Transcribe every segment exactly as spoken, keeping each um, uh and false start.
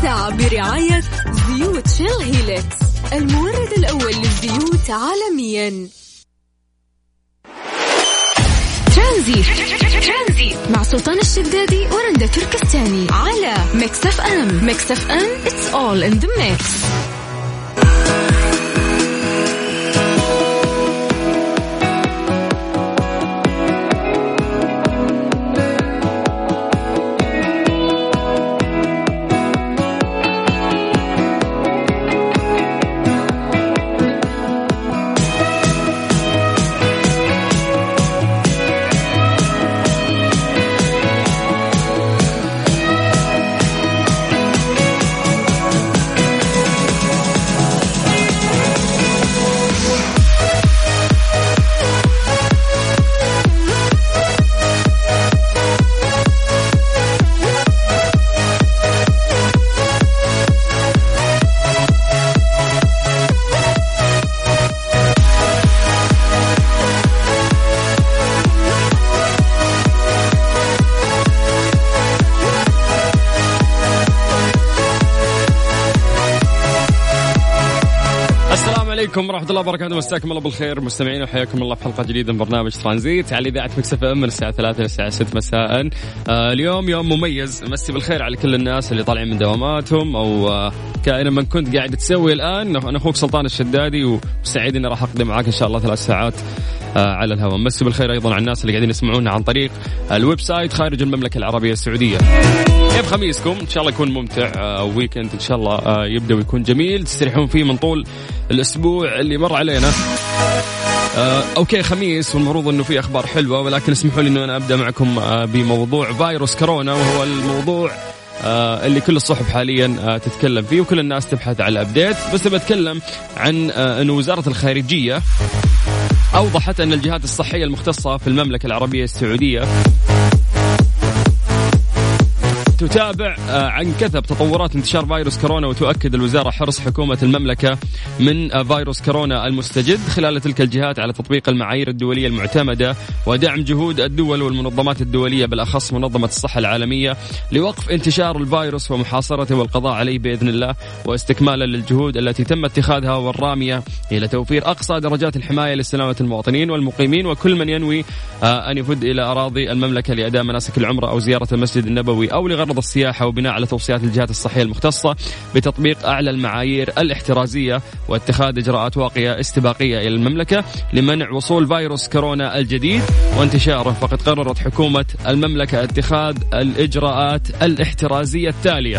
الساعة برعاية زيوت شيل هيلكس، المورد الأول للزيوت عالميا. ترانزيت مع سلطان الشدادي ورندا تركستاني على ميكس اف ام. ميكس اف ام it's all in the mix. عليكم ورحمة الله وبركاته. مساكم الله بالخير مستمعين وحياكم الله في حلقة جديدة من برنامج ترانزيت على إذاعة ميكس اف ام من الساعة ثلاثة للساعة ستة مساء. آه اليوم يوم مميز، مسي بالخير على كل الناس اللي طالعين من دواماتهم أو آه كائنا من كنت قاعد تسوي الآن. أنا أخوك سلطان الشدادي وسعيد إني راح أقضي معاك إن شاء الله ثلاث ساعات آه على الهواء. مسي بالخير أيضا على الناس اللي قاعدين يسمعونا عن طريق الويب سايت خارج المملكة العربية السعودية. كيف خميسكم؟ إن شاء الله يكون ممتع أو آه ويكند إن شاء الله آه يبدأ ويكون جميل تستريحون فيه من طول الأسبوع اللي مر علينا. آه، أوكي خميس والمفروض أنه في أخبار حلوة، ولكن اسمحوا لي أنه أنا أبدأ معكم آه بموضوع فيروس كورونا، وهو الموضوع آه اللي كل الصحف حاليا آه تتكلم فيه وكل الناس تبحث على الأبديت. بس بتكلم عن آه أنه وزارة الخارجية أوضحت أن الجهات الصحية المختصة في المملكة العربية السعودية تتابع عن كثب تطورات انتشار فيروس كورونا، وتؤكد الوزارة حرص حكومة المملكة من فيروس كورونا المستجد خلال تلك الجهات على تطبيق المعايير الدولية المعتمدة ودعم جهود الدول والمنظمات الدولية بالأخص منظمة الصحة العالمية لوقف انتشار الفيروس ومحاصرته والقضاء عليه بإذن الله، واستكمالا للجهود التي تم اتخاذها والرامية إلى توفير أقصى درجات الحماية لسلامة المواطنين والمقيمين وكل من ينوي أن يفد إلى أراضي المملكة لأداء مناسك العمرة أو زيارة المسجد النبوي أو لغرض السياحة، وبناء على توصيات الجهات الصحية المختصة بتطبيق أعلى المعايير الاحترازية واتخاذ إجراءات واقية استباقية إلى المملكة لمنع وصول فيروس كورونا الجديد وانتشاره. فقد قررت حكومة المملكة اتخاذ الإجراءات الاحترازية التالية: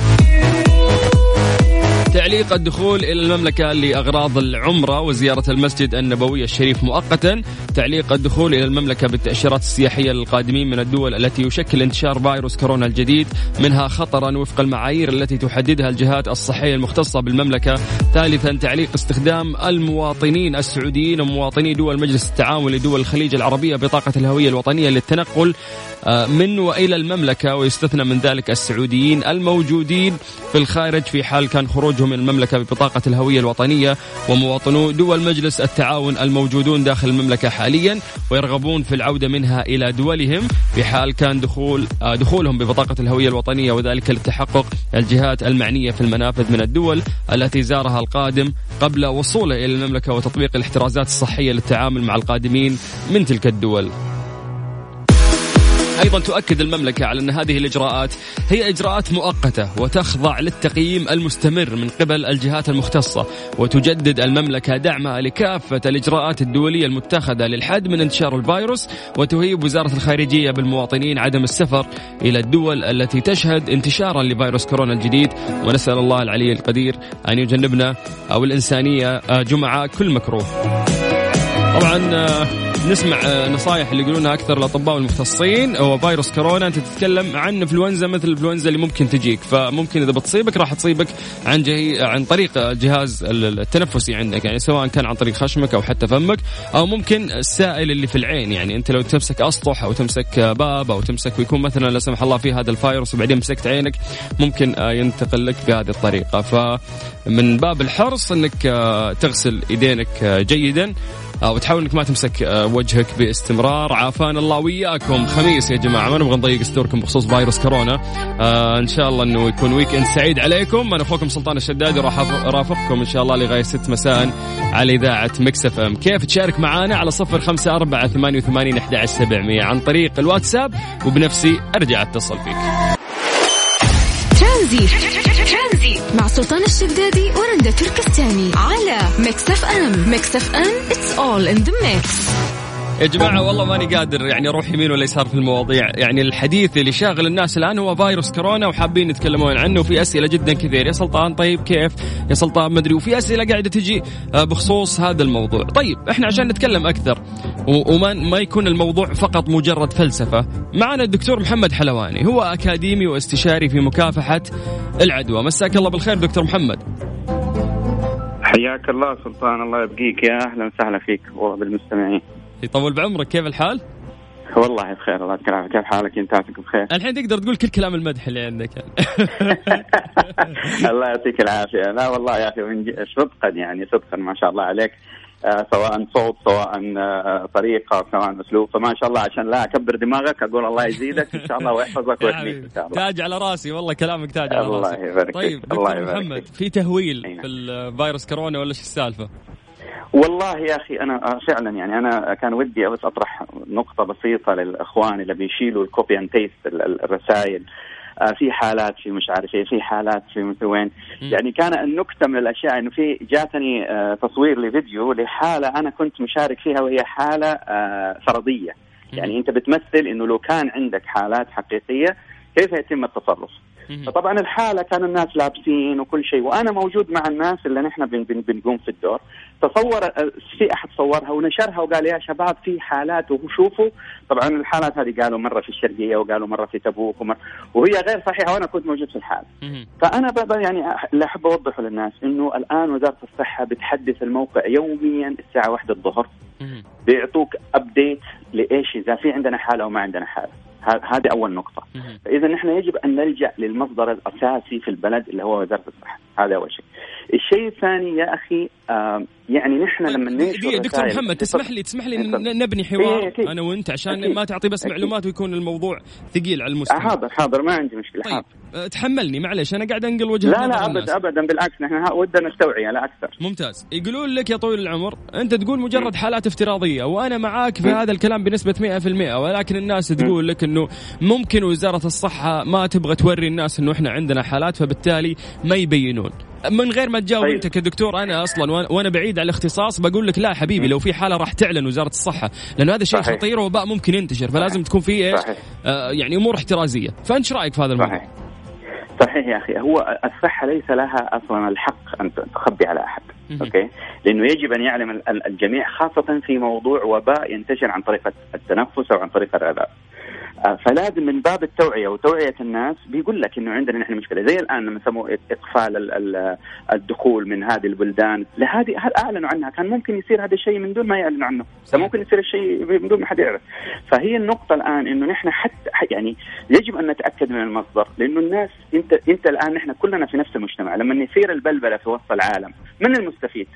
تعليق الدخول إلى المملكة لأغراض العمرة وزيارة المسجد النبوي الشريف مؤقتا، تعليق الدخول إلى المملكة بالتأشيرات السياحية للقادمين من الدول التي يشكل انتشار فيروس كورونا الجديد منها خطرا وفق المعايير التي تحددها الجهات الصحية المختصة بالمملكة. ثالثا تعليق استخدام المواطنين السعوديين ومواطني دول مجلس التعاون لدول الخليج العربية بطاقة الهوية الوطنية للتنقل من وإلى المملكة، ويستثنى من ذلك السعوديين الموجودين في الخارج في حال كان خروجهم من المملكة ببطاقة الهوية الوطنية، ومواطنو دول مجلس التعاون الموجودون داخل المملكة حاليا ويرغبون في العودة منها إلى دولهم في حال كان دخول دخولهم ببطاقة الهوية الوطنية، وذلك لتحقق الجهات المعنية في المنافذ من الدول التي زارها القادم قبل وصوله إلى المملكة وتطبيق الاحترازات الصحية للتعامل مع القادمين من تلك الدول. أيضا تؤكد المملكة على أن هذه الإجراءات هي إجراءات مؤقتة وتخضع للتقييم المستمر من قبل الجهات المختصة، وتجدد المملكة دعمها لكافة الإجراءات الدولية المتخذة للحد من انتشار الفيروس، وتهيب وزارة الخارجية بالمواطنين عدم السفر إلى الدول التي تشهد انتشارا لفيروس كورونا الجديد، ونسأل الله العلي القدير أن يجنبنا أو الإنسانية جمعاء كل مكروه. طبعا نسمع نصايح اللي يقولونها أكثر الأطباء والمختصين. هو فيروس كورونا أنت تتكلم عن إنفلونزا مثل الإنفلونزا اللي ممكن تجيك، فممكن إذا بتصيبك راح تصيبك عن جهي عن طريق الجهاز التنفسي عندك، يعني سواء كان عن طريق خشمك أو حتى فمك، أو ممكن السائل اللي في العين. يعني أنت لو تمسك أسطح أو تمسك باب أو تمسك ويكون مثلا لا سمح الله في هذا الفيروس وبعدين مسكت عينك ممكن ينتقل لك بهذه الطريقة. فمن باب الحرص أنك تغسل إيدينك جيدا وتحاول انك ما تمسك وجهك باستمرار. عافانا الله وياكم. خميس يا جماعه، ما نبغى نضيق ستوركم بخصوص فيروس كورونا. آه ان شاء الله انه يكون ويكند سعيد عليكم. انا اخوكم سلطان الشدادي وراح ارافقكم ان شاء الله لغايه ستة مساء على اذاعه ميكس اف ام. كيف تشارك معنا؟ على صفر خمسة أربعة ثمانية وثمانين أحد عشر سبعمية عن طريق الواتساب، وبنفسي ارجع اتصل فيك. ترانزي مع سلطان الشدادي ورندا تركستاني على ميكس اف ام. ميكس اف ام it's all in the mix. يا جماعة والله ماني قادر يعني أروح يمين ولا يسار في المواضيع. يعني الحديث اللي شاغل الناس الآن هو فيروس كورونا وحابين يتكلمون عنه، وفي أسئلة جدا كثير. يا سلطان طيب كيف؟ يا سلطان مدري. وفي أسئلة قاعدة تجي بخصوص هذا الموضوع. طيب إحنا عشان نتكلم أكثر وما ما يكون الموضوع فقط مجرد فلسفة، معنا الدكتور محمد حلواني، هو أكاديمي واستشاري في مكافحة العدوى. مساك الله بالخير دكتور محمد. حياك الله سلطان، الله يبقيك، يا أهلا وسهلا فيك وبالمستمعين. يطول بعمرك. كيف الحال؟ والله بخير الله يسلمك. كيف حالك انت؟ عساك بخير. الحين تقدر تقول كل كلام المدح اللي عندك. الله يعطيك العافيه. لا والله يا اخي صدقا يعني صدقا ما شاء الله عليك، آه سواء صوت سواء آه طريقه سواء اسلوب، فما شاء الله عشان لا اكبر دماغك اقول الله يزيدك ان شاء الله ويحفظك ويحميك ان شاء الله. تاج على راسي والله، كلامك تاج على راسي. الله يبارك. طيب دكتور محمد، في تهويل في الفيروس كورونا ولا ايش السالفه؟ والله يا أخي أنا فعلا يعني أنا كان ودي بس أطرح نقطة بسيطة للأخوان اللي بيشيلوا الكوبي أند بيست الرسائل. في حالات في مش عارف ايه، في حالات في مثل وين. يعني كان النكتة من الأشياء إنه في جاتني تصوير لفيديو لحالة أنا كنت مشارك فيها، وهي حالة فرضية. يعني أنت بتمثل إنه لو كان عندك حالات حقيقية كيف يتم التصرف. فطبعا الحالة كان الناس لابسين وكل شيء، وأنا موجود مع الناس اللي نحن بن بن بنقوم في الدور. تصور في أحد صورها ونشرها وقال يا شباب في حالات وشوفوا. طبعا الحالات هذه قالوا مرة في الشرقية وقالوا مرة في تبوك ومرة، وهي غير صحيحة وأنا كنت موجود في الحالة. فأنا يعني اللي أحب أوضحه للناس إنه الآن وزارة الصحة بتحدث الموقع يوميا الساعة واحدة الظهر، بيعطوك أبديت لإيش إذا في عندنا حالة وما عندنا حالة. هذه أول نقطة. فإذا نحن يجب أن نلجأ للمصدر الأساسي في البلد اللي هو وزارة الصحة. هذا أول شيء. الشيء الثاني يا أخي آه يعني نحن لما ننشر دكتور محمد تسمح لي تسمح لي نبني حوار إيه أنا وأنت عشان أكيد. ما تعطي بس معلومات ويكون الموضوع ثقيل على المستمع. حاضر حاضر ما عندي مشكلة. طيب حاضر. تحملني معلش أنا قاعد أنقل وجهة لا لا أبدا أبدا بالعكس نحن ودنا نستوعي لا أكثر. ممتاز. يقولون لك يا طويل العمر أنت تقول مجرد حالات افتراضية، وأنا معاك في هذا الكلام بنسبة مئة في المئة، ولكن الناس تقول لك إنه ممكن وزارة الصحة ما تبغى توري الناس إنه إحنا عندنا حالات، فبالتالي ما يبينون. من غير ما تجاوب طيب. انت كدكتور انا اصلا وانا بعيد على الاختصاص بقول لك لا حبيبي، لو في حاله راح تعلن وزاره الصحه، لانه هذا شيء خطير وباء ممكن ينتشر، فلازم تكون في ايش آه يعني امور احترازيه. فانت رايك في هذا الموضوع؟ صحيح. صحيح يا اخي، هو الصحه ليس لها اصلا الحق ان تخبي على احد. اوكي، لانه يجب ان يعلم الجميع، خاصه في موضوع وباء ينتشر عن طريق التنفس او عن طريق الرذاذ. فلازم من باب التوعية وتوعية الناس بيقول لك إنه عندنا نحن مشكلة، زي الآن لما سموا إقفال الدخول من هذه البلدان لهذه، هل أعلنوا عنها؟ كان ممكن يصير هذا الشيء من دون ما يعلنوا عنه، كان ممكن يصير الشيء من دون ما حد يعرف. فهي النقطة الآن إنه نحن حتى يعني يجب أن نتأكد من المصدر، لأنه الناس أنت أنت الآن نحن كلنا في نفس المجتمع. لما يصير البلبلة في وسط العالم من المستفيد؟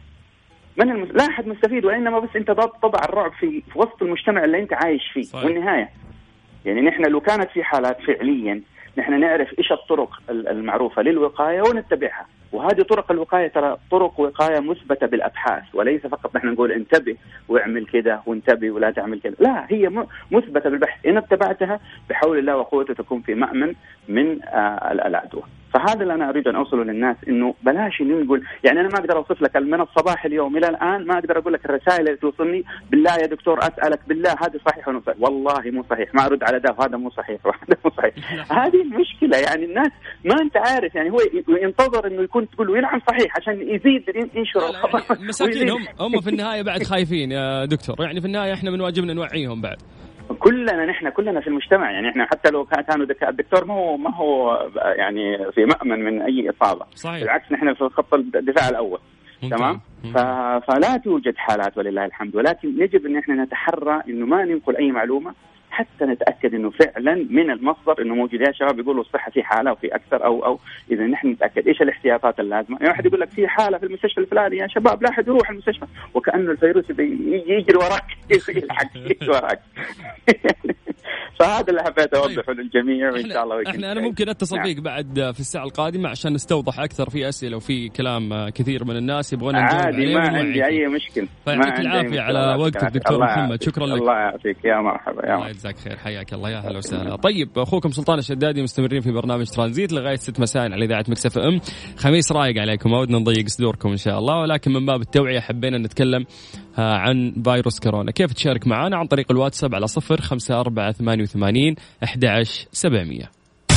من المس... لا أحد مستفيد، وإنما بس أنت تضع الرعب في... في وسط المجتمع اللي أنت عايش فيه. صحيح. والنهاية يعني نحن لو كانت في حالات فعليا نحن نعرف إيش الطرق المعروفة للوقاية ونتبعها، وهذه طرق الوقاية ترى طرق وقاية مثبتة بالأبحاث، وليس فقط نحن نقول انتبه واعمل كده وانتبه ولا تعمل كده. لا، هي مثبتة بالبحث، إن اتبعتها بحول الله وقوته تكون في مأمن من آه العدوى. فهذا اللي أنا أريد أن أوصله للناس، إنه بلاش نقول يعني أنا ما أقدر أوصف لك من الصباح اليوم إلى الآن، ما أقدر أقول لك الرسائل اللي توصلني بالله يا دكتور أسألك بالله هذا صحيح ولا صحيح، والله مو صحيح، ما أرد على ده وهذا مو صحيح وهذا مو صحيح. هذه المشكلة، يعني الناس ما أنت عارف، يعني هو ينتظر إنه يكون تقول له نعم صحيح عشان يزيد ينشر الخبر. مساكين هم هم في النهاية بعد خايفين يا دكتور، يعني في النهاية إحنا من واجبنا نوعيهم بعد. كلنا نحن كلنا في المجتمع، يعني احنا حتى لو كانوا الدكتور ما هو ما هو يعني في مأمن من اي اصابه. صحيح. بالعكس نحن في خط الدفاع الاول. تمام. فلا توجد حالات ولله الحمد، ولكن يجب ان احنا نتحرى انه ما ننقل اي معلومه حتى نتأكد إنه فعلا من المصدر إنه موجود. يا شباب يقولوا الصحة في حالة وفي أكثر أو أو إذا نحن نتأكد إيش الاحتياطات اللازمة. يعني واحد يقول لك في حالة في المستشفى الفلاني، يا شباب لا أحد يروح المستشفى، وكأنه الفيروس يجري وراك يلحق يجري وراك. فهذا اللي حبيت أوضحه للجميع، وإن شاء الله إحنا أنا ممكن أتصل نعم. فيك بعد في الساعة القادمة عشان نستوضح أكثر في أسئلة وفي كلام كثير من الناس يبغون نجاوب عليه. ما عندي أي مشكلة. فيعطيك العافية على وقتك دكتور محمد، شكرا لك. الله يعافيك، يا مرحبا يا الله يجزاك خير، حياك الله، يا هلا وسهلا. طيب أخوكم سلطان الشدادي مستمرين في برنامج ترانزيت لغاية ست مساء على إذاعة مكس اف ام. خميس رايق عليكم، ما ودنا نضيق صدوركم إن شاء الله، ولكن من باب التوعية حبينا نتكلم عن فيروس كورونا. كيف تشارك معنا؟ عن طريق الواتساب على صفر خمسة أربعة ثمانية وثمانين أحد عشر سبعمية.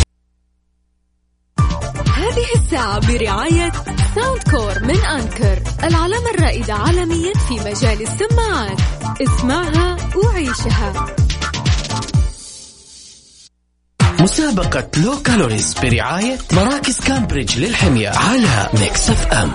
هذه الساعة برعاية ساوند كور من أنكر، العلامة الرائدة عالميا في مجال السماعات. اسمعها وعيشها. مسابقة لو كالوريز برعاية مراكز كامبريدج للحمية على ميكس اف ام.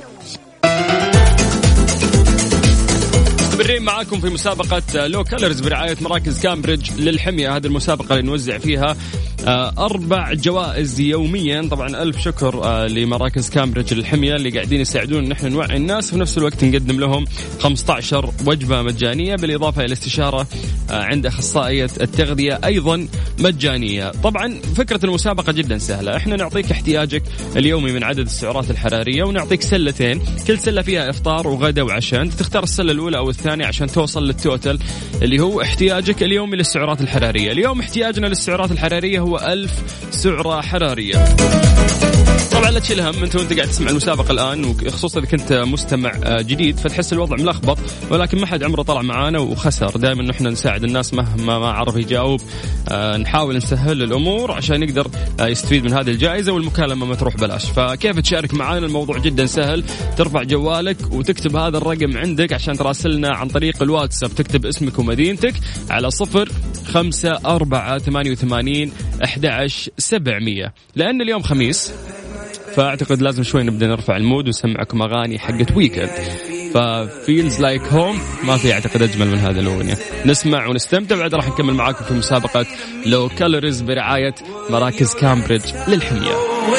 مستمرين معاكم في مسابقة لو كالوريز برعاية مراكز كامبريدج للحمية. هذه المسابقة اللي نوزع فيها أربع جوائز يوميا. طبعا ألف شكر لمراكز كامبريدج للحمية اللي قاعدين يساعدون نحن نوعي الناس، وفي نفس الوقت نقدم لهم خمسة عشر وجبة مجانية، بالإضافة إلى استشارة عند أخصائية التغذية أيضا مجانية. طبعا فكرة المسابقة جدا سهلة، احنا نعطيك احتياجك اليومي من عدد السعرات الحرارية، ونعطيك سلتين، كل سلة فيها إفطار وغدا وعشاء. انت تختار السلة الأولى أو الثانية عشان توصل للتوتل اللي هو احتياجك اليومي للسعرات الحرارية. اليوم احتياجنا للسعرات الحرارية هو ألف سعرة حرارية. طبعا لا تشيل هم، انت وانت قاعد تسمع المسابقة الآن، وخصوصا إذا كنت مستمع جديد فتحس الوضع ملخبط، ولكن ما حد عمره طلع معانا وخسر. دائما نحن نساعد الناس مهما ما عرف يجاوب، نحاول نسهل الأمور عشان يقدر يستفيد من هذه الجائزة، والمكالمة ما تروح بلاش. فكيف تشارك معانا؟ الموضوع جدا سهل، ترفع جوالك وتكتب هذا الرقم عندك عشان تراسلنا عن طريق الواتساب، تكتب اسمك ومدينتك على صفر خمسة أربعة ثمانية وثمانين أحد عشر سبعمية. لأن اليوم خميس فأعتقد لازم شوي نبدأ نرفع المود ونسمعكم أغاني حقت ويكند، ففيلز لايك هوم ما في أعتقد أجمل من هذا الأغنية. نسمع ونستمتع، بعد راح نكمل معاكم في مسابقة لو كالوريز برعاية مراكز كامبريدج للحمية.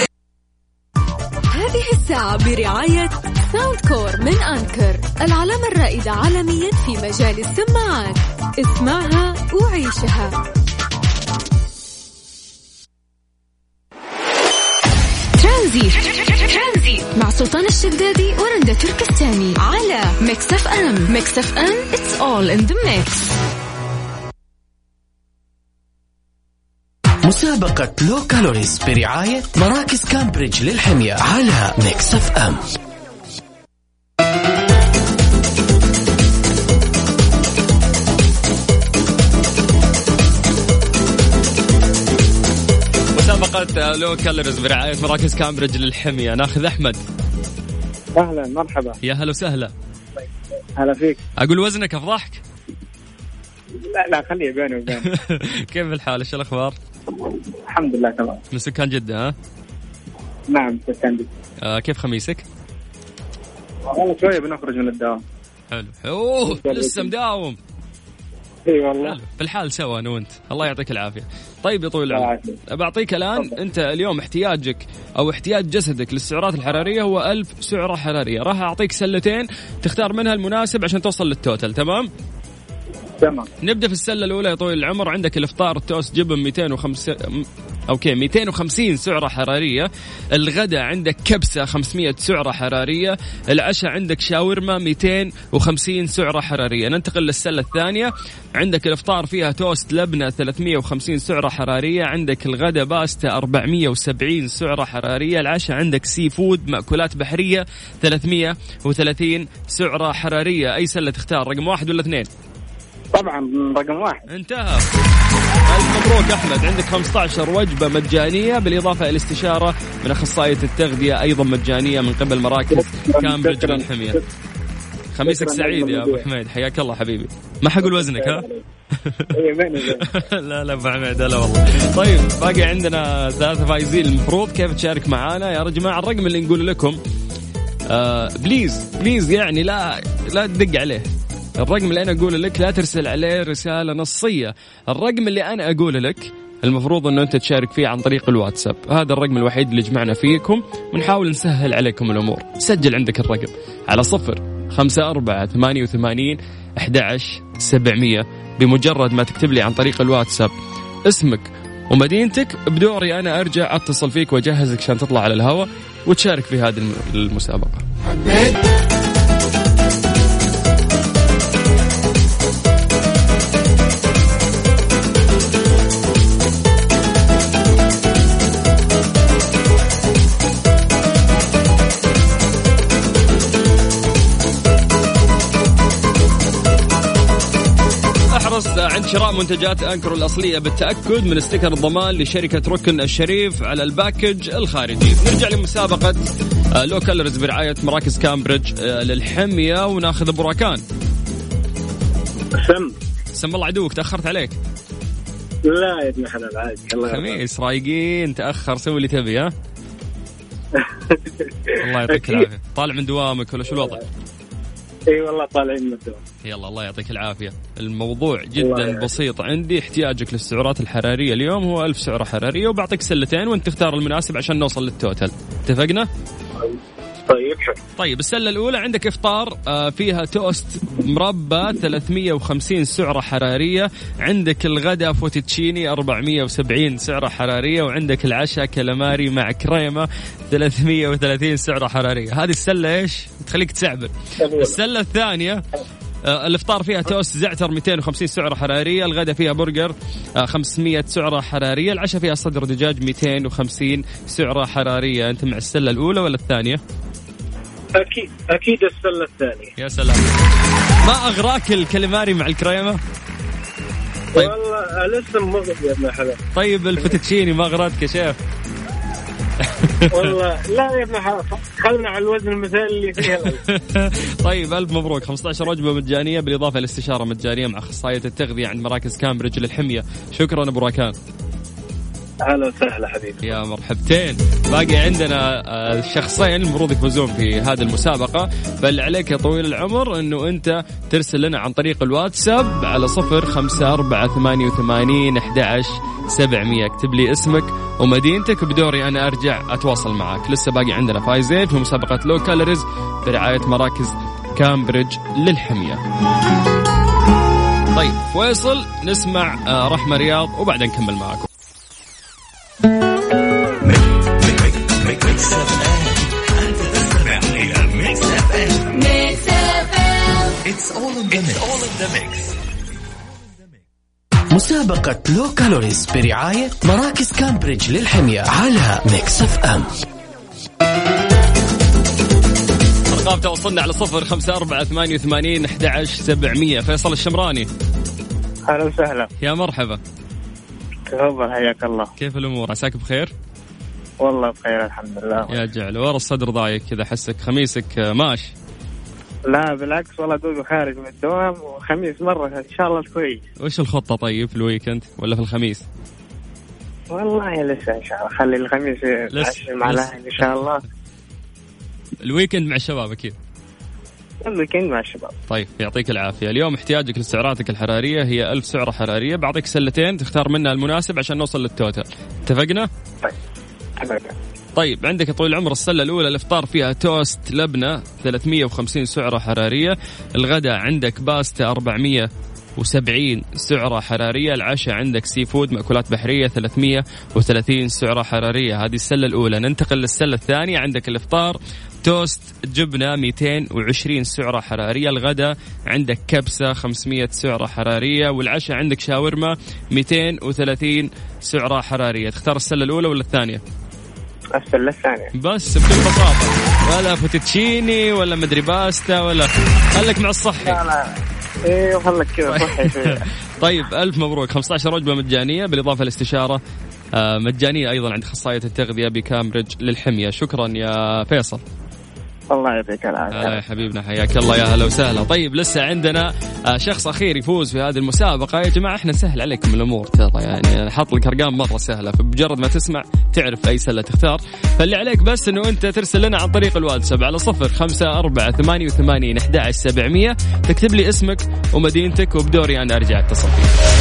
هذه الساعة برعاية ساوند كور من أنكر، العلامة الرائدة عالميا في مجال السماعات. اسمعها وعيشها. ترانزيت مع سلطان الشدادي ورندا تركستاني على ميكس اف ام. ميكس اف ام it's all in the mix. مسابقة لو كالوريز برعاية مراكز كامبريدج للحمية على ميكس اف ام. مسابقة لو كالوريز برعاية مراكز كامبريدج للحمية. ناخذ أحمد. أهلا مرحبا. يا هلا وسهلا. هلا فيك. أقول وزنك أفضحك؟ لا لا خليه بيني وبين. كيف الحال؟ إيش الأخبار؟ الحمد لله تمام. من سكان جدة ها؟ نعم سكان جدة. آه كيف خميسك؟ والله شوية بنخرج من الدوام. حلو. أوه لسه مداوم. اي والله. في الحال سوا انا وانت، الله يعطيك العافيه. طيب يا طويل العمر، بعطيك الان انت اليوم احتياجك او احتياج جسدك للسعرات الحراريه هو ألف سعره حراريه. راح اعطيك سلتين تختار منها المناسب عشان توصل للتوتل. تمام تمام. نبدا في السله الاولى يا طويل العمر. عندك الافطار توست جبن مئتين وخمسين اوكي مئتين وخمسين سعره حراريه. الغداء عندك كبسه خمسمئة سعره حراريه. العشاء عندك شاورما مئتين وخمسين سعره حراريه. ننتقل للسله الثانيه. عندك الافطار فيها توست لبنه ثلاثمئة وخمسين سعره حراريه. عندك الغداء باستا أربعمئة وسبعين سعره حراريه. العشاء عندك سي فود مأكولات بحريه ثلاثمئة وثلاثين سعره حراريه. اي سله تختار، رقم واحد ولا اثنين؟ طبعا رقم واحد. انتهى. ألف مبروك أحمد، عندك خمسة عشر وجبة مجانية بالإضافة إلى استشارة من أخصائية التغذية أيضا مجانية من قبل مراكز كامبريدج للحمية. خميسك سعيد يا أبو حميد، حياك الله حبيبي. ما حقول وزنك ها؟ لا لا أبو حميد لا والله. طيب باقي عندنا ثلاثة فايزين. المفروض كيف تشارك معانا يا جماعة؟ الرقم اللي نقول لكم آه بليز بليز يعني لا لا تدق عليه، الرقم اللي أنا أقول لك لا ترسل عليه رسالة نصية. الرقم اللي أنا أقول لك المفروض أنه أنت تشارك فيه عن طريق الواتساب. هذا الرقم الوحيد اللي جمعنا فيكم ونحاول نسهل عليكم الأمور. سجل عندك الرقم على صفر خمسة أربعة ثمانية وثمانين أحد عشر سبعمية. بمجرد ما تكتب لي عن طريق الواتساب اسمك ومدينتك بدوري أنا أرجع أتصل فيك وأجهزك عشان تطلع على الهواء وتشارك في هذه المسابقة. عند شراء منتجات أنكر الأصلية بالتأكد من استيكر الضمان لشركة ركن الشريف على الباكج الخارجي. نرجع لمسابقة لو كالوريز برعاية مراكز كامبريدج للحمية وناخذ أبو راكان. سم سم الله عدوك تأخرت عليك. لا يا ابن حلال عادي. خميس رايقين تأخر سوي اللي تبي ها. الله يعطيك العافية. طالع من دوامك ولا شو الوضع؟ اي والله طالعين من الدوام. يلا الله يعطيك العافية. الموضوع جدا بسيط عندي. احتياجك للسعرات الحرارية اليوم هو ألف سعرة حرارية وبعطيك سلتين وانت تختار المناسب عشان نوصل للتوتل. اتفقنا؟ طيب حلو. طيب السلة الأولى عندك إفطار فيها توست مربى ثلاثمية وخمسين سعرة حرارية. عندك الغداء فوتوتشيني أربعمية وسبعين سعرة حرارية. وعندك العشاء كالاماري مع كريمة ثلاثمية وثلاثين سعرة حرارية. هذه السلة إيش تخليك تسعبر. السلة الثانية الإفطار فيها توست زعتر مئتين وخمسين سعرة حرارية. الغداء فيها برجر خمسمية سعرة حرارية. العشاء فيها صدر دجاج مئتين وخمسين سعرة حرارية. أنت مع السلة الأولى ولا الثانية؟ أكيد أكيد السلة الثانية. يا سلام. ما أغراك الكاليماري مع الكريمة؟ طيب. والله الاسم مغرب يا ابن حلال. طيب الفوتوتشيني ما أغراك يا شيف؟ والله لا يا ابن حلال خلنا على الوزن المثالي اللي فيها. طيب ألف مبروك. خمسة عشر وجبة مجانية بالإضافة لاستشارة مجانية مع أخصائية التغذية عند مراكز كامبريدج للحمية. شكرا أبو راكان. أهلا وسهلا حبيبي. يا مرحبتين. باقي عندنا شخصين المفروض يفوزون في هذه المسابقة. بل عليك يا طويل العمر أنه أنت ترسل لنا عن طريق الواتساب على صفر خمسة أربعة ثمانية وثمانين أحد عشر سبعمية. اكتب لي اسمك ومدينتك بدوري أنا أرجع أتواصل معك. لسه باقي عندنا فايزين في مسابقة لو كالوريز برعاية مراكز كامبريدج للحمية. طيب فيصل نسمع رحمة رياض وبعدين نكمل معكم. مسابقة لو كالوريز برعاية مراكز كامبريدج للحمية على ميكس اف ام. ارقام توصلنا على صفر خمسة أربعة ثمانية وثمانين أحد عشر سبعمية. فيصل الشمراني. أهلا وسهلا. يا مرحبا. تفضل حياك الله. كيف الأمور؟ عساك بخير؟ والله بخير الحمد لله. يا جعل ورا الصدر ضايق كذا حسك خميسك ماشي. لا بالعكس والله دوبي خارج من الدوام وخميس مرة إن شاء الله كويس. وش الخطة طيب في الويكند ولا في الخميس؟ والله لسه إن شاء الله خلي الخميس نعشر مع الأهل إن شاء الله. الويكند مع الشباب أكيد. الويكند مع الشباب. طيب يعطيك العافية. اليوم احتياجك لسعراتك الحرارية هي ألف سعرة حرارية. بعطيك سلتين تختار منها المناسب عشان نوصل للتوتال. اتفقنا؟ طيب. أبدا. طيب عندك طويل العمر السلة الأولى الإفطار فيها توست لبنة ثلاثمية وخمسين سعرة حرارية. الغداء عندك باستا أربعمية وسبعين سعرة حرارية. العشاء عندك سي فود مأكولات بحرية ثلاثمية وثلاثين سعرة حرارية. هذه السلة الأولى. ننتقل للسلة الثانية. عندك الإفطار توست جبنة مئتين وعشرين سعرة حرارية. الغداء عندك كبسة خمسمية سعرة حرارية. والعشاء عندك شاورما مئتين وثلاثين سعرة حرارية. تختار السلة الأولى ولا الثانية؟ السلة الثانية. بس بكل بساطة. ولا فوتوتشيني ولا مدري باستا ولا خلك مع الصحي. لا لا ايه خلك كذا صحي شوية. طيب ألف مبروك. خمسة عشر وجبة مجانية بالإضافة لاستشارة مجانية أيضا عند أخصائية التغذية بكامبريدج للحمية. شكرا يا فيصل. الله يعطيك العافية. آه يا حبيبنا حياك الله يا هلا وسهلا. طيب لسه عندنا آه شخص أخير يفوز في هذه المسابقة. يا جماعة احنا سهل عليكم الأمور ترى، يعني أنا حاط لك أرقام مرة سهلة، فبمجرد ما تسمع تعرف أي سلة تختار. فاللي عليك بس إنه أنت ترسل لنا عن طريق الواتساب على صفر خمسة أربعة ثمانية وثمانين أحد عشر سبعمية، تكتب لي اسمك ومدينتك وبدوري أنا أرجع أتصل فيك.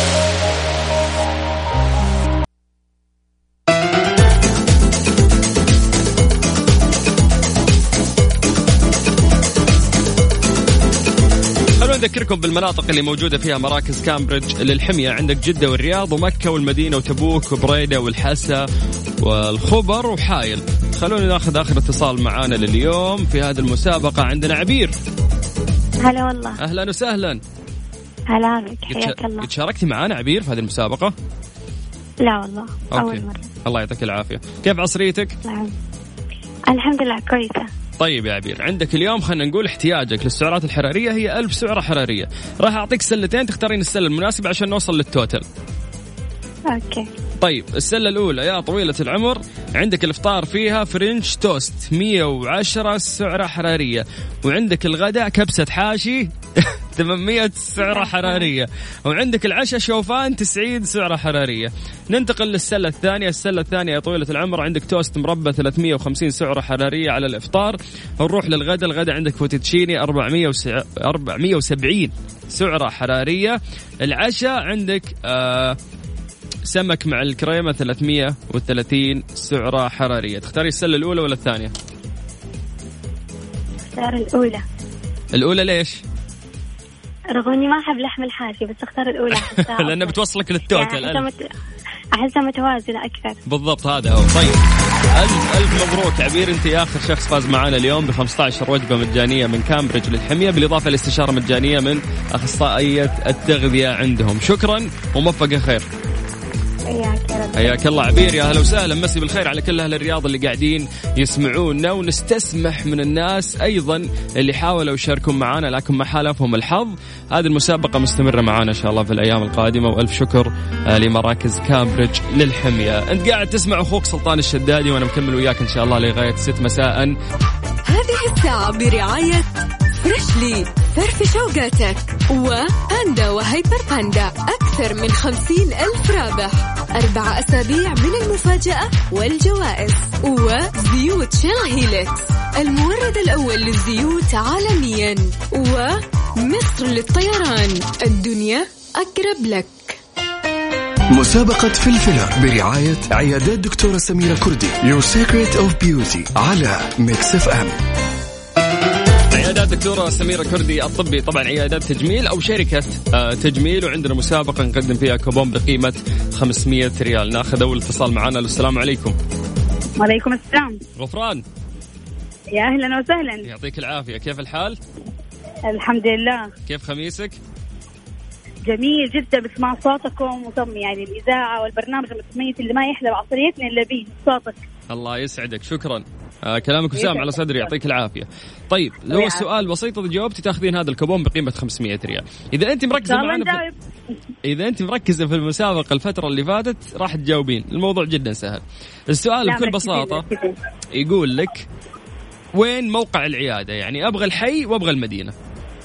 أذكركم بالمناطق اللي موجودة فيها مراكز كامبريدج للحمية. عندك جدة والرياض ومكة والمدينة وتبوك وبريدة والحسا والخبر وحايل. خلونا ناخذ آخر اتصال معانا لليوم في هذه المسابقة. عندنا عبير. هلا والله. أهلا وسهلا. هلا بك حياك الله. تشاركتي معانا عبير في هذه المسابقة؟ لا والله أوكي. أول مرة. الله يعطيك العافية. كيف عصريتك؟ نعم الحمد لله كويسة. طيب يا عبير، عندك اليوم خلينا نقول احتياجك للسعرات الحرارية هي ألف سعرة حرارية. راح أعطيك سلتين تختارين السلة المناسبة عشان نوصل للتوتل. أوكي. طيب السلة الأولى يا طويلة العمر عندك الإفطار فيها فرنش توست مية وعشرة سعرة حرارية، وعندك الغداء كبسة حاشي ثمانمية سعرة حرارية، وعندك العشاء شوفان تسعين سعرة حرارية. ننتقل للسلة الثانية. السلة الثانية يا طويلة العمر عندك توست مربى ثلاثمية وخمسين سعرة حرارية على الإفطار. نروح للغداء. الغداء عندك فوتوتشيني أربعمية وسبعين سعرة حرارية. العشاء عندك آه سمك مع الكريمة ثلاثمية وثلاثين سعرة حرارية. تختاري السلة الأولى ولا الثانية؟ اختار الأولى. الأولى ليش؟ رغم إني ما أحب لحم الحاشي بس اختار الأولى. لأنه بتوصلك للتوتل. يعني أحسها متوازنة أكثر. بالضبط هذا هو. طيب ألف ألف مبروك عبير، أنت آخر شخص فاز معنا اليوم بخمسة عشر وجبة مجانية من كامبريدج للحمية، بالإضافة لاستشارة مجانية من أخصائية التغذية عندهم. شكرا وموفق خير. حياك الله عبير. يا هلا وسهلا. مسي بالخير على كل أهل الرياض اللي قاعدين يسمعونا، ونستسمح من الناس أيضا اللي حاولوا يشاركون معنا لكن ما حالفهم الحظ. هذه المسابقة مستمرة معنا إن شاء الله في الأيام القادمة، وألف شكر لمراكز كامبريدج للحمية. أنت قاعد تسمع أخوك سلطان الشدادي وأنا مكمل وياك إن شاء الله لغاية ست مساء. هذه الساعة برعاية فريشلي فرف شوقاتك وباندا وهيبر باندا. أكثر من خمسين ألف رابح، أربع أسابيع من المفاجأة والجوائز. وزيوت شيل هيلكس المورد الأول للزيوت عالميا. ومصر للطيران، الدنيا أقرب لك. مسابقة فلفلة برعاية عيادات دكتورة سميرة كردي Your Secret of Beauty على ميكس اف ام. عيادات دكتورة سميرة كردي الطبي، طبعا عيادات تجميل أو شركة تجميل، وعندنا مسابقة نقدم فيها كوبون بقيمة خمسمية ريال. ناخذ أول اتصال معنا. السلام عليكم. وعليكم السلام. غفران. يا أهلا وسهلا. يعطيك العافية. كيف الحال؟ الحمد لله. كيف خميسك؟ جميل جدا. بسمع صوتكم وتم يعني الإذاعة والبرنامج المتميز اللي ما يحلى بعصريتنا إلا بيه صوتك. الله يسعدك. شكرا. آه كلامك وسام على صدري. يعطيك العافية. طيب لو السؤال بسيط إذا جاوبتي تاخذين هذا الكوبون بقيمة خمسمية ريال. إذا أنت مركزة معنا في... إذا أنت مركزة في المسابقة الفترة اللي فاتت راح تجاوبين. الموضوع جدا سهل. السؤال بكل بساطة يقول لك وين موقع العيادة، يعني أبغى الحي وأبغى المدينة.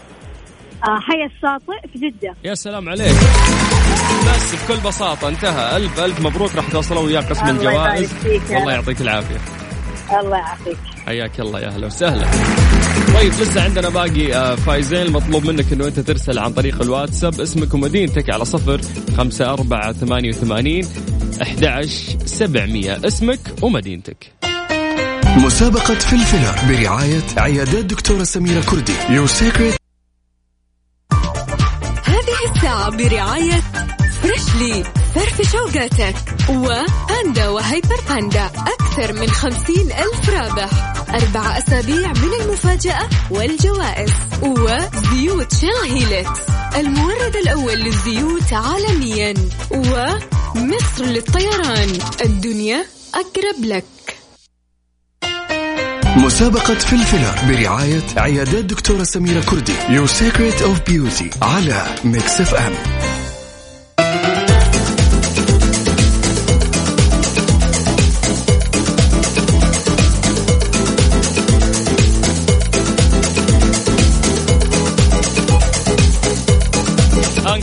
آه حي الشاطئ في جدة. يا سلام عليك. بس بكل بساطة انتهى. ألف ألف مبروك. راح توصلوا وياك قسم الجوائز. والله يعطيك العافية. الله يعافيك. حياك الله. يا هلا وسهلا. طيب لسه عندنا باقي فايزين. المطلوب منك انه انت ترسل عن طريق الواتساب اسمك ومدينتك على صفر خمسة أربعة ثمانية وثمانين أحد عشر سبعمية. اسمك ومدينتك. مسابقة فلفلة برعاية عيادات دكتورة سميرة كردي Your Secret. هذه الساعة برعاية فريشلي فرف شوقاتك وباندا وهيبر باندا. أكثر من خمسين ألف رابح، أربع أسابيع من المفاجأة والجوائز. وزيوت شيل هيلكس المورد الأول للزيوت عالميا. ومصر للطيران، الدنيا أقرب لك. مسابقة فلفلة برعاية عيادات دكتورة سميرة كردي Your Secret of Beauty على ميكس اف ام.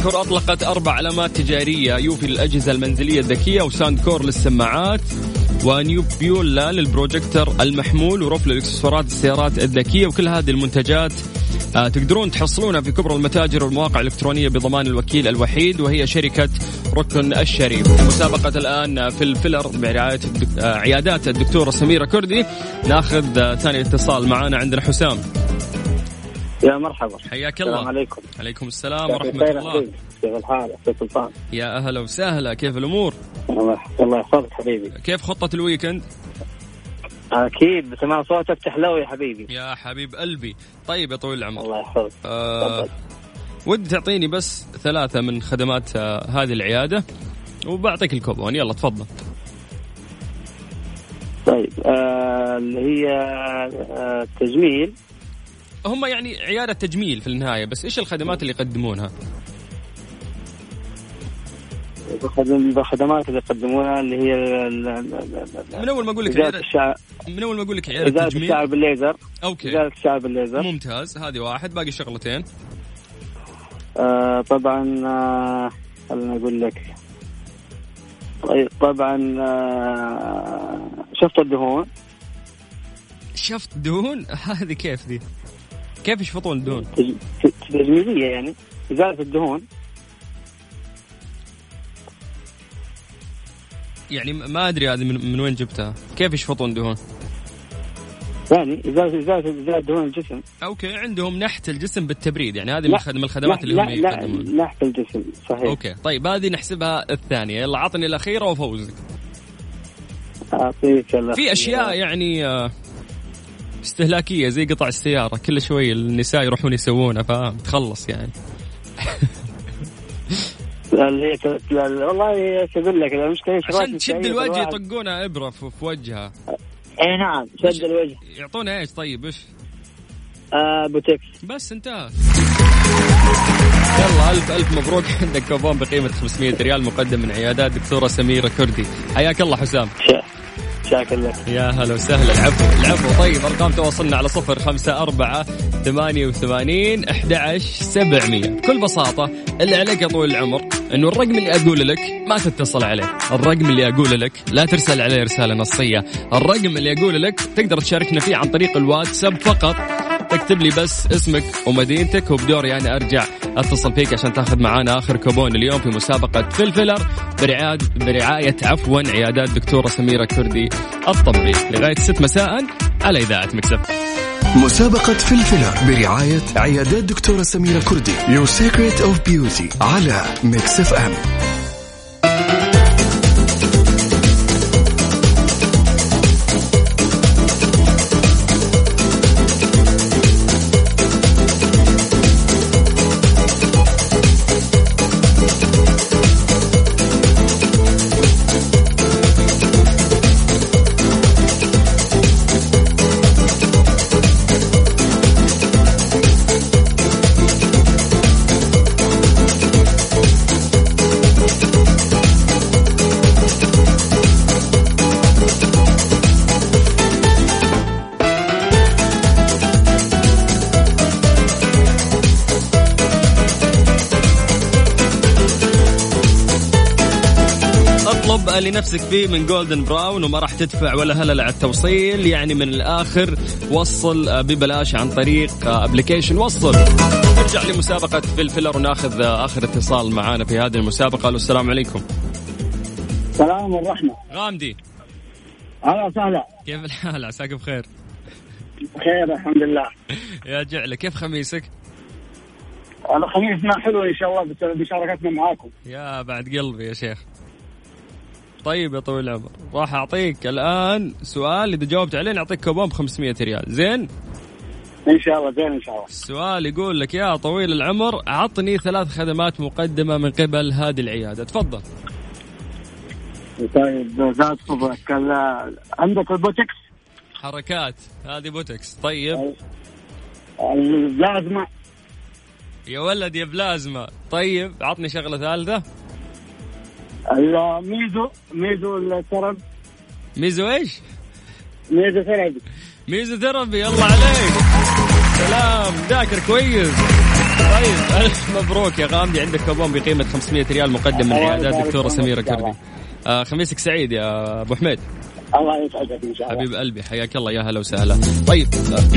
ساوندكور أطلقت أربع علامات تجارية، يوفي للأجهزة المنزلية الذكية، وساوندكور للسماعات، ونيو بيولا للبروجيكتور المحمول، وروف للإكسسوارات السيارات الذكية. وكل هذه المنتجات آه تقدرون تحصلونها في كبرى المتاجر والمواقع الإلكترونية بضمان الوكيل الوحيد، وهي شركة ركن الشريف. مسابقة الآن في الفيلر برعاية آه عيادات الدكتورة سميرة كردي. ناخذ آه ثاني اتصال معنا، عندنا حسام. يا مرحبا، حياك الله. السلام عليكم. عليكم السلام ورحمة الله. كيف الحال أخي سلطان؟ يا أهلا وسهلا، كيف الأمور؟ الله يحفظك حبيبي. كيف خطة الويكند؟ أكيد بسمع صوتك تحلو يا حبيبي. يا حبيب قلبي. طيب يا طويل العمر، الله يحفظك. آه ودي تعطيني بس ثلاثة من خدمات آه هذه العيادة وبعطيك الكوبون، يلا تفضل. طيب آه اللي هي آه التجميل. هم يعني عيادة تجميل في النهاية، بس إيش الخدمات اللي يقدمونها؟ الخدمات اللي يقدمونها اللي هي من أول ما أقول لك عيادة الشعر، من أول ما أقول لك عيادة إزالة تجميل. الشعر بالليزر. أوكي. إزالة الشعر بالليزر. ممتاز، هذه واحد. باقي شغلتين. آه طبعا آه خلنا أقول لك. طيب طبعا آه شفط الدهون. شفط دهون؟ هذه كيف دي؟ كيف يشفطون الدهون؟ تجميلية يعني إزالة الدهون. يعني ما أدري هذه من, من وين جبتها. كيف يشفطون دهون؟ يعني إزالة إزالة إزالة دهون الجسم. أوكي، عندهم نحت الجسم بالتبريد، يعني هذه من الخدمات اللي هم يقدمون. نحت الجسم صحيح. أوكي طيب، هذه نحسبها الثانية. يلا عطني الأخيرة وفوزك. أعطيك الأخيرة. في أشياء يعني استهلاكية زي قطع السيارة، كل شوي النساء يروحون يسوونها، فاهم؟ تخلص يعني. والله ايش اقول لك، المشكله عشان تشد الوجه يطقونها ابره في وجهها. اي نعم، شد الوجه. يعطونها ايش طيب؟ ايش؟ آه بوتكس. بس انتهى. يلا ألف ألف مبروك، عندك كوبون بقيمة خمسمية ريال مقدم من عيادات دكتورة سميرة كردي. حياك الله حسام. شاكر لك. يا هلا وسهلا. العفو العفو. طيب أرقام تواصلنا على صفر خمسة أربعة ثمانية وثمانين أحد عشر سبعمية. بكل بساطة اللي عليك يا طويل العمر إنه الرقم اللي أقول لك ما تتصل عليه، الرقم اللي أقول لك لا ترسل عليه رسالة نصية، الرقم اللي أقول لك تقدر تشاركنا فيه عن طريق الواتساب فقط. تكتب لي بس اسمك ومدينتك، وبدوري أنا أرجع أتصل فيك عشان تاخذ معانا آخر كوبون اليوم في مسابقة فلفلر برعاية برعاية عفوا عيادات دكتورة سميرة كردي الطبي لغاية ست مساء على إذاعة مكسف. مسابقة فلفلر برعاية عيادات دكتورة سميرة كردي Your Secret of Beauty على مكسف أم. اللي نفسك فيه من جولدن براون وما راح تدفع ولا هلل على التوصيل، يعني من الآخر وصل ببلاش عن طريق ابليكيشن وصل. نرجع لمسابقة فلفلر وناخذ آخر اتصال معانا في هذه المسابقة. السلام عليكم. السلام والرحمة. غامدي. أهلا وسهلا. كيف الحال؟ عساك بخير. بخير الحمد لله. يا جعلة، كيف خميسك؟ أنا خميسنا حلو إن شاء الله بشاركتنا معاكم. يا بعد قلبي يا شيخ. طيب يا طويل العمر، راح أعطيك الآن سؤال إذا جاوبت عليه نعطيك كوبون بخمسمية ريال. زين؟ إن شاء الله. زين إن شاء الله. السؤال يقول لك يا طويل العمر عطني ثلاث خدمات مقدمة من قبل هذه العيادة. تفضل. طيب زاد صبرك. عندك البوتكس. حركات، هذه بوتكس. طيب البلازما. يا ولد يا بلازما. طيب عطني شغلة ثالثة. الميزو ميزو الثرب. ميزو ايش؟ ميزو ثربي. ميزو ثربي. يلا عليك. سلام، ذاكر كويس. طيب ألف مبروك يا غامدي، عندك كوبون بقيمة خمسمية ريال مقدم من عيادات دكتورة سميرة كردي. آه خميسك سعيد يا أبو حميد. الله يسعدك إن شاء الله. حبيب قلبي حياك الله، يا هلا وسهلا. طيب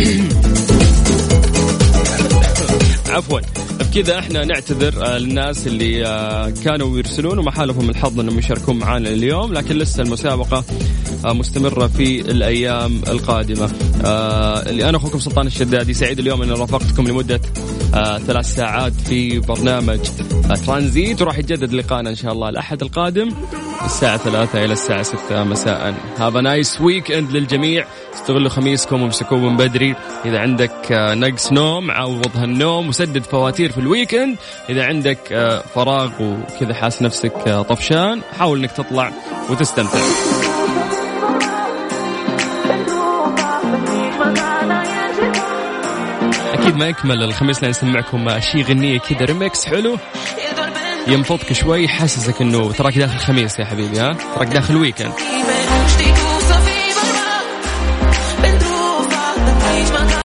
عفوا بكذا احنا نعتذر للناس اللي كانوا يرسلون وما حالفهم الحظ انهم يشاركون معنا اليوم، لكن لسه المسابقة مستمرة في الأيام القادمة. اللي أنا أخوكم سلطان الشدادي، سعيد اليوم أن رافقتكم لمدة ثلاث ساعات في برنامج ترانزيت، وراح يتجدد لقاءنا إن شاء الله الأحد القادم الساعة ثلاثة إلى الساعة ستة مساء. Have a nice weekend للجميع، استغلوا خميسكم وامسكوه من بدري. إذا عندك نقص نوم عوض هالنوم وسدد فواتير في الويكند. إذا عندك فراغ وكذا حاس نفسك طفشان، حاول إنك تطلع وتستمتع. أكيد ما يكمل الخميس لأن نسمعكم شي غنية كذا ريميكس حلو ينفضك شوي، حاسسك إنه تراك داخل الخميس يا حبيبي، ها تراك داخل ويكند.